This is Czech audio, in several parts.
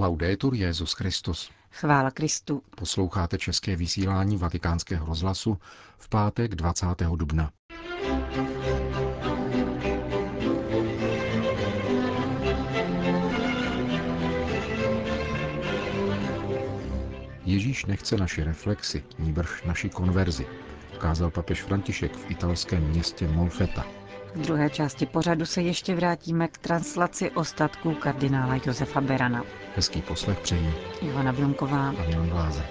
Laudetur Jesus Christus. Chvála Kristu. Posloucháte české vysílání Vatikánského rozhlasu v pátek 20. dubna. Ježíš nechce naši reflexi, nýbrž naši konverzi, kázal papež František v italském městě Molfetta. V druhé části pořadu se ještě vrátíme k translaci ostatků kardinála Josefa Berana. Hezký poslech přejí Ivana Blumková a Milan Glázer.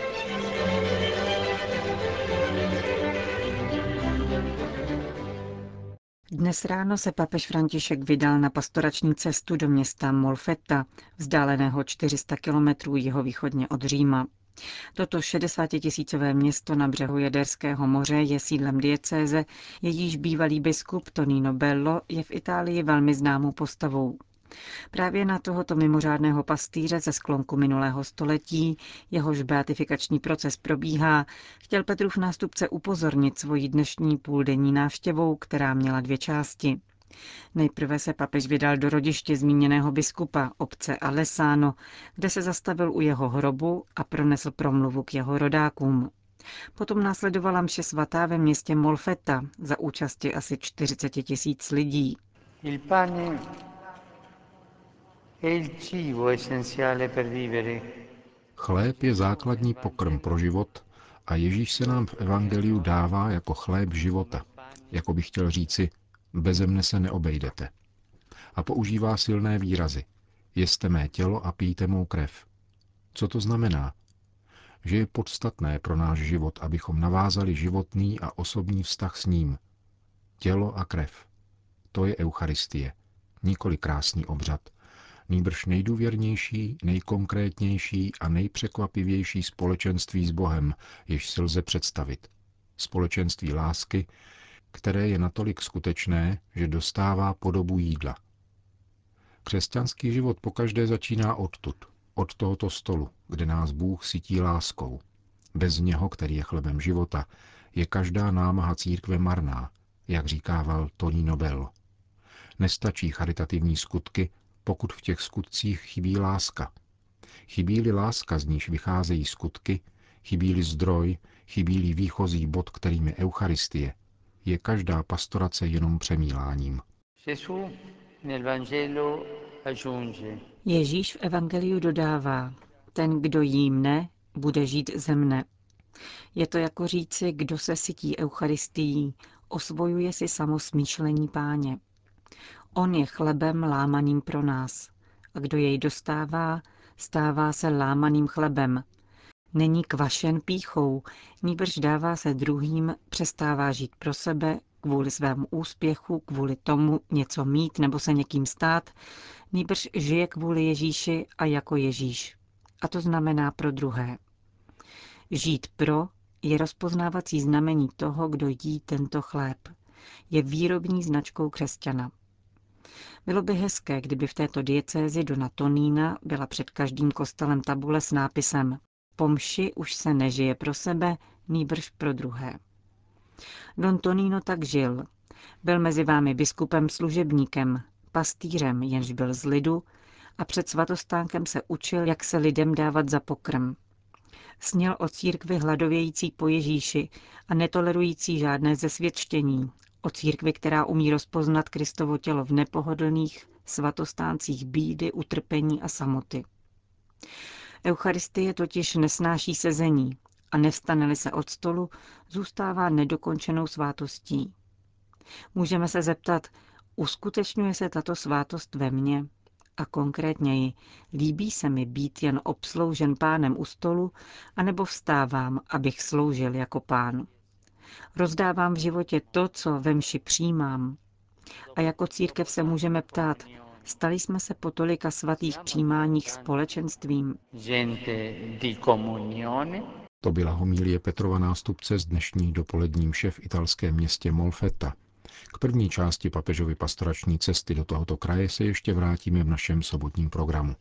Dnes ráno se papež František vydal na pastorační cestu do města Molfetta, vzdáleného 400 kilometrů jihovýchodně od Říma. Toto 60-tisícové město na břehu Jaderského moře je sídlem diecéze, jejíž bývalý biskup Tonino Bello je v Itálii velmi známou postavou. Právě na tohoto mimořádného pastýře ze sklonku minulého století, jehož beatifikační proces probíhá, chtěl Petrův nástupce upozornit svojí dnešní půldenní návštěvou, která měla dvě části. Nejprve se papež vydal do rodiště zmíněného biskupa, obce Alessano, kde se zastavil u jeho hrobu a pronesl promluvu k jeho rodákům. Potom následovala mše svatá ve městě Molfetta za účasti asi 40 000 lidí. Il pane è il cibo essenziale per vivere. Chléb je základní pokrm pro život a Ježíš se nám v evangeliu dává jako chléb života. Jako by chtěl říci, beze mne se neobejdete. A používá silné výrazy. Jeste mé tělo a pijte mou krev. Co to znamená? Že je podstatné pro náš život, abychom navázali životný a osobní vztah s ním. Tělo a krev. To je Eucharistie. Nikoli krásný obřad. Nýbrž nejdůvěrnější, nejkonkrétnější a nejpřekvapivější společenství s Bohem, jež si lze představit. Společenství lásky, které je natolik skutečné, že dostává podobu jídla. Křesťanský život pokaždé začíná odtud, od tohoto stolu, kde nás Bůh sytí láskou. Bez něho, který je chlebem života, je každá námaha církve marná, jak říkával Tonino Bello. Nestačí charitativní skutky, pokud v těch skutcích chybí láska. Chybí-li láska, z níž vycházejí skutky, chybí-li zdroj, chybí-li výchozí bod, kterým je Eucharistie, je každá pastorace jenom přemíláním. Ježíš v evangeliu dodává, ten, kdo jí mne, bude žít ze mne. Je to jako říci, kdo se sytí Eucharistií, osvojuje si samo smýšlení Páně. On je chlebem lámaným pro nás. A kdo jej dostává, stává se lámaným chlebem. Není kvašen pýchou, nýbrž dává se druhým, přestává žít pro sebe, kvůli svému úspěchu, kvůli tomu něco mít nebo se někým stát, nýbrž žije kvůli Ježíši a jako Ježíš. A to znamená pro druhé. Žít pro je rozpoznávací znamení toho, kdo jí tento chléb. Je výrobní značkou křesťana. Bylo by hezké, kdyby v této diecézi dona Tonína byla před každým kostelem tabule s nápisem Po mši už se nežije pro sebe, nýbrž pro druhé. Don Tonino tak žil. Byl mezi vámi biskupem služebníkem, pastýřem, jenž byl z lidu, a před svatostánkem se učil, jak se lidem dávat za pokrm. Sněl o církvi hladovějící po Ježíši a netolerující žádné zesvědčení, o církvi, která umí rozpoznat Kristovo tělo v nepohodlných svatostáncích bídy, utrpení a samoty. Eucharistie totiž nesnáší sezení a nevstane-li se od stolu, zůstává nedokončenou svátostí. Můžeme se zeptat, uskutečňuje se tato svátost ve mně? A konkrétněji, líbí se mi být jen obsloužen Pánem u stolu, anebo vstávám, abych sloužil jako Pán? Rozdávám v životě to, co ve mši přijímám. A jako církev se můžeme ptát, stali jsme se po tolika svatých přijímáních společenstvím? To byla homilie Petrova nástupce z dnešní dopolední mše v italském městě Molfetta. K první části papežovy pastorační cesty do tohoto kraje se ještě vrátíme v našem sobotním programu.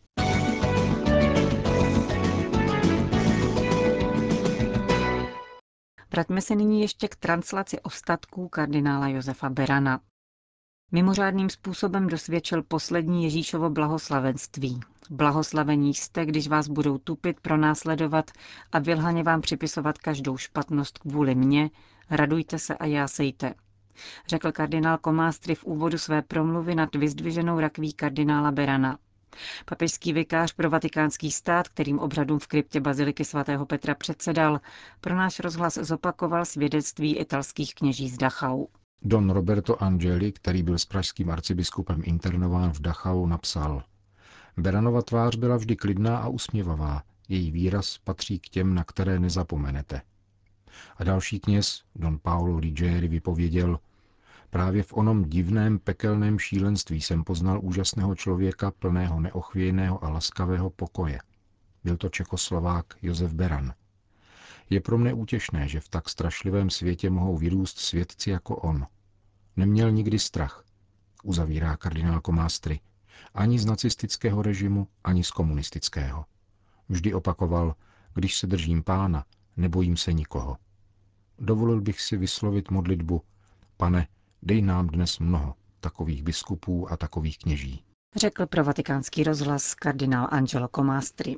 Vraťme se nyní ještě k translaci ostatků kardinála Josefa Berana. Mimořádným způsobem dosvědčil poslední Ježíšovo blahoslavenství. Blahoslavení jste, když vás budou tupit, pronásledovat a vylhaně vám připisovat každou špatnost kvůli mně, radujte se a jásejte, řekl kardinál Comastri v úvodu své promluvy nad vyzdviženou rakví kardinála Berana. Papežský vikář pro vatikánský stát, kterým obřadům v kryptě baziliky svatého Petra předsedal, pro náš rozhlas zopakoval svědectví italských kněží z Dachau. Don Roberto Angeli, který byl s pražským arcibiskupem internován v Dachau, napsal: Beranova tvář byla vždy klidná a usměvavá, její výraz patří k těm, na které nezapomenete. A další kněz, don Paolo Rigeri, vypověděl: Právě v onom divném pekelném šílenství jsem poznal úžasného člověka plného neochvějného a laskavého pokoje. Byl to Čechoslovák Josef Beran. Je pro mne útěšné, že v tak strašlivém světě mohou vyrůst svědci jako on. Neměl nikdy strach, uzavírá kardinál Comastri, ani z nacistického režimu, ani z komunistického. Vždy opakoval: když se držím Pána, nebojím se nikoho. Dovolil bych si vyslovit modlitbu: Pane, dej nám dnes mnoho takových biskupů a takových kněží. Řekl pro vatikánský rozhlas kardinál Angelo Comastri.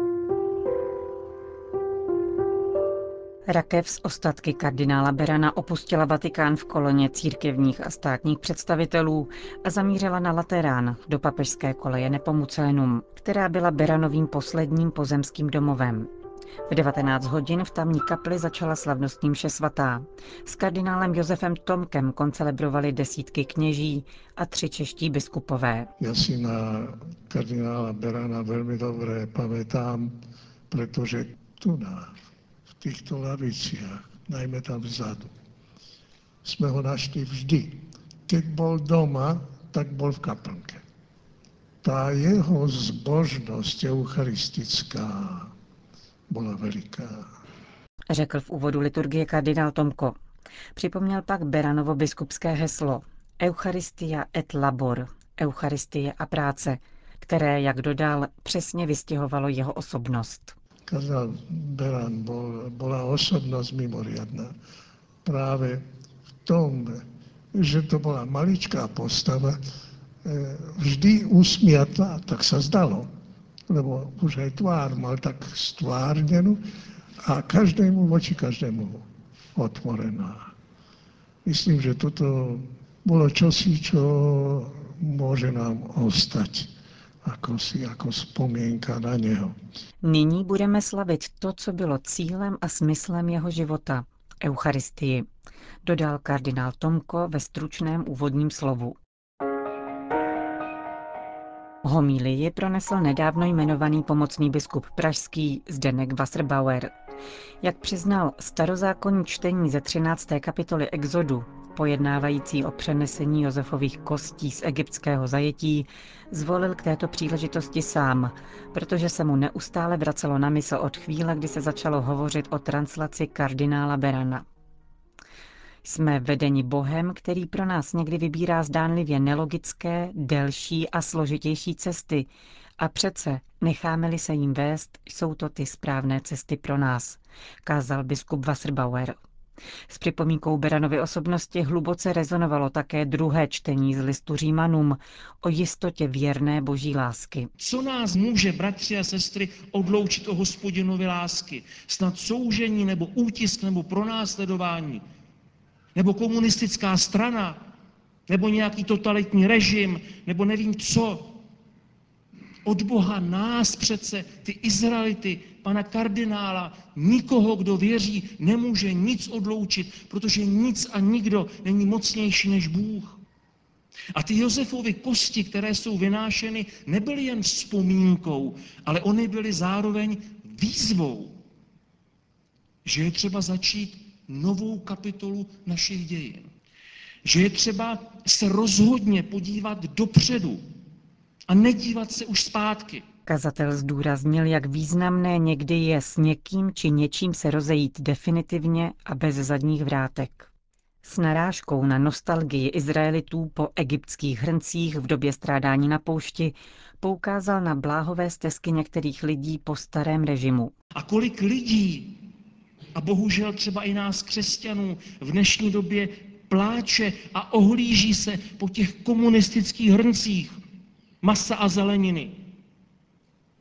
Rakev s ostatky kardinála Berana opustila Vatikán v koloně církevních a státních představitelů a zamířila na Laterán, do papežské koleje Nepomucénum, která byla Beranovým posledním pozemským domovem. V 19 hodin v tamní kapli začala slavnostní mše svatá. S kardinálem Josefem Tomkem koncelebrovali desítky kněží a 3 čeští biskupové. Já si na kardinála Berana velmi dobře pamätám, protože v týchto laviciach, najmä tam vzadu, jsme ho našli vždy. Keď bol doma, tak bol v kaplnke. Tá jeho zbožnosť eucharistická bola veliká. Řekl v úvodu liturgie kardinál Tomko. Připomněl pak Beranovo biskupské heslo Eucharistia et labor, Eucharistie a práce, které, jak dodal, přesně vystihovalo jeho osobnost. Kardinál Beran bola osobnosť mimoriadna. Práve v tom, že to bola maličká postava, vždy usmiatá, tak sa zdalo, lebo už aj tvár mal tak stvárnenú a voči každému otvorená. Myslím, že toto bolo čosi, čo môže nám ostať ako spomienka na něho. Nyní budeme slavit to, co bylo cílem a smyslem jeho života, Eucharistii, dodal kardinál Tomko ve stručném úvodním slovu. Homílii pronesl nedávno jmenovaný pomocný biskup pražský Zdeněk Wasserbauer. Jak přiznal, starozákonní čtení ze 13. kapitoly Exodu, pojednávající o přenesení Josefových kostí z egyptského zajetí, zvolil k této příležitosti sám, protože se mu neustále vracelo na mysl od chvíle, kdy se začalo hovořit o translaci kardinála Berana. Jsme vedeni Bohem, který pro nás někdy vybírá zdánlivě nelogické, delší a složitější cesty. A přece, necháme-li se jim vést, jsou to ty správné cesty pro nás, kázal biskup Wasserbauer. S připomínkou Beranovy osobnosti hluboce rezonovalo také druhé čtení z listu Římanům o jistotě věrné boží lásky. Co nás může, bratři a sestry, odloučit od Hospodinovy lásky? Snad soužení nebo útisk nebo pronásledování? Nebo komunistická strana? Nebo nějaký totalitní režim? Nebo nevím co? Od Boha nás přece, ty Izraelity, pana kardinála, nikoho, kdo věří, nemůže nic odloučit, protože nic a nikdo není mocnější než Bůh. A ty Josefovy kosti, které jsou vynášeny, nebyly jen vzpomínkou, ale ony byly zároveň výzvou, že je třeba začít novou kapitolu našich dějin. Že je třeba se rozhodně podívat dopředu a nedívat se už zpátky. Kazatel zdůraznil, jak významné někdy je s někým či něčím se rozejít definitivně a bez zadních vrátek. S narážkou na nostalgii Izraelitů po egyptských hrncích v době strádání na poušti poukázal na bláhové stesky některých lidí po starém režimu. A kolik lidí, a bohužel třeba i nás křesťanů, v dnešní době pláče a ohlíží se po těch komunistických hrncích masa a zeleniny.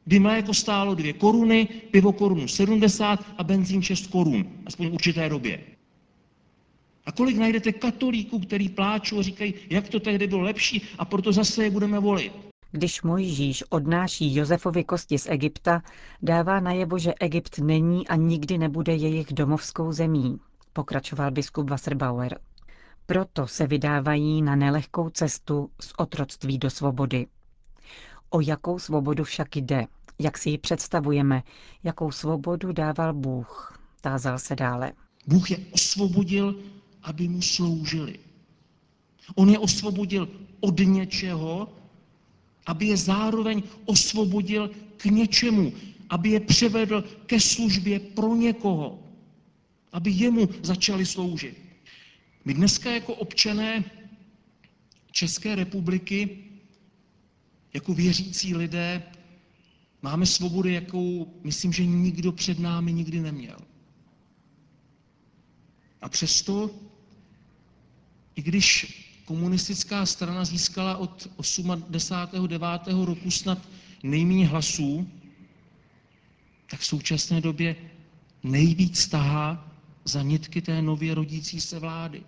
kdy mléko stálo 2 koruny, pivo 1,70 a benzín 6 korun, aspoň v určité době. A kolik najdete katolíků, který pláčou a říkají, jak to tehdy bylo lepší a proto zase je budeme volit. Když Mojžíš odnáší Josefovi kosti z Egypta, dává najevo, že Egypt není a nikdy nebude jejich domovskou zemí, pokračoval biskup Wasserbauer. Proto se vydávají na nelehkou cestu z otroctví do svobody. O jakou svobodu však jde? Jak si ji představujeme? Jakou svobodu dával Bůh? Tázal se dále. Bůh je osvobodil, aby mu sloužili. On je osvobodil od něčeho, aby je zároveň osvobodil k něčemu, aby je převedl ke službě pro někoho, aby jemu začali sloužit. My dneska jako občané České republiky, jako věřící lidé, máme svobodu, jakou myslím, že nikdo před námi nikdy neměl. A přesto, i když komunistická strana získala od 89. roku snad nejméně hlasů, tak v současné době nejvíc tahá za nitky té nově rodící se vlády.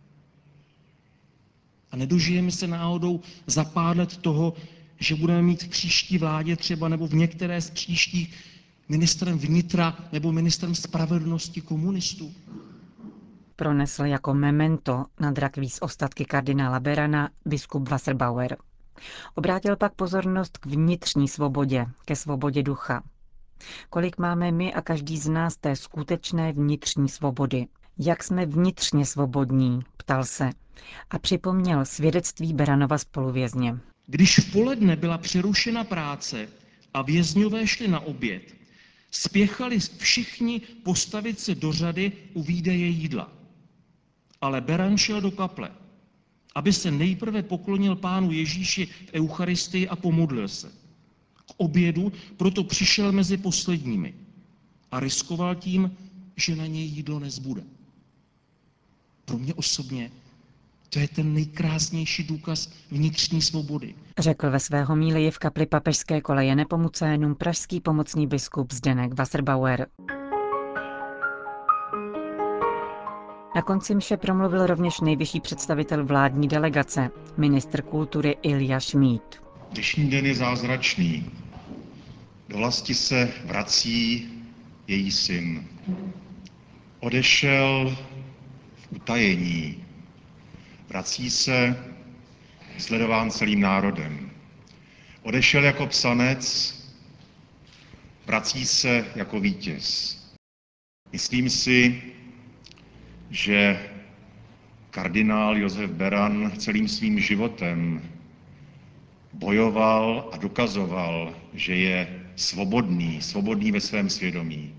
A nedožijeme se náhodou za pár let toho, že budeme mít v příští vládě třeba nebo v některé z příštích ministrem vnitra nebo ministrem spravedlnosti komunistů. Pronesl jako memento nad rakví z ostatky kardinála Berana biskup Wasserbauer. Obrátil pak pozornost k vnitřní svobodě, ke svobodě ducha. Kolik máme my a každý z nás té skutečné vnitřní svobody? Jak jsme vnitřně svobodní? Ptal se a připomněl svědectví Beranova spoluvězně. Když v poledne byla přerušena práce a vězňové šli na oběd, spěchali všichni postavit se do řady u výdeje jídla. Ale Beran šel do kaple, aby se nejprve poklonil Pánu Ježíši v Eucharistii a pomodlil se. K obědu proto přišel mezi posledními a riskoval tím, že na něj jídlo nezbude. Pro mě osobně to je ten nejkrásnější důkaz vnitřní svobody. Řekl ve své homílii v kapli Papežské koleje Nepomucénům pražský pomocný biskup Zdeněk Wasserbauer. Na konci mše promluvil rovněž nejvyšší představitel vládní delegace, ministr kultury Ilja Šmíd. Dnešní den je zázračný. Do vlasti se vrací její syn. Odešel v utajení. Vrací se sledován celým národem. Odešel jako psanec, vrací se jako vítěz. Myslím si, že kardinál Josef Beran celým svým životem bojoval a dokazoval, že je svobodný ve svém svědomí.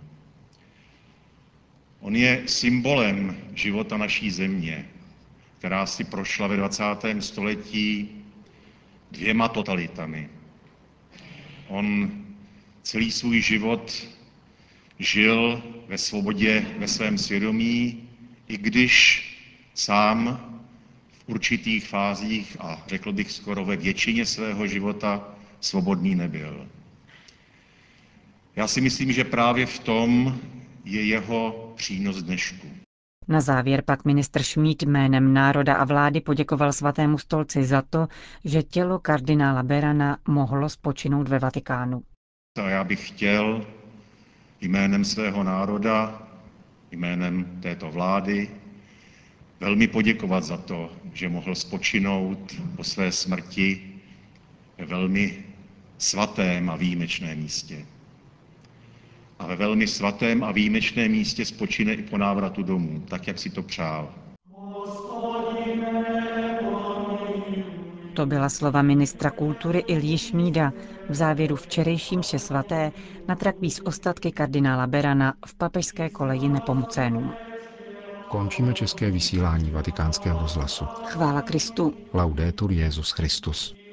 On je symbolem života naší země, která si prošla ve 20. století 2 totalitami. On celý svůj život žil ve svobodě ve svém svědomí, i když sám v určitých fázích a řekl bych skoro ve většině svého života svobodný nebyl. Já si myslím, že právě v tom je jeho přínos dnešku. Na závěr pak ministr Šmíd jménem národa a vlády poděkoval Svatému stolci za to, že tělo kardinála Berana mohlo spočinout ve Vatikánu. A já bych chtěl jménem svého národa, jménem této vlády velmi poděkovat za to, že mohl spočinout po své smrti ve velmi svatém a výjimečném místě. A ve velmi svatém a výjimečném místě spočine i po návratu domů, tak, jak si to přál. To byla slova ministra kultury Ilji Šmída v závěru včerejší mše svaté na rakví z ostatky kardinála Berana v Papežské koleji Nepomucénům. Končíme české vysílání Vatikánského rozhlasu. Chvála Kristu. Laudetur Jesus Christus.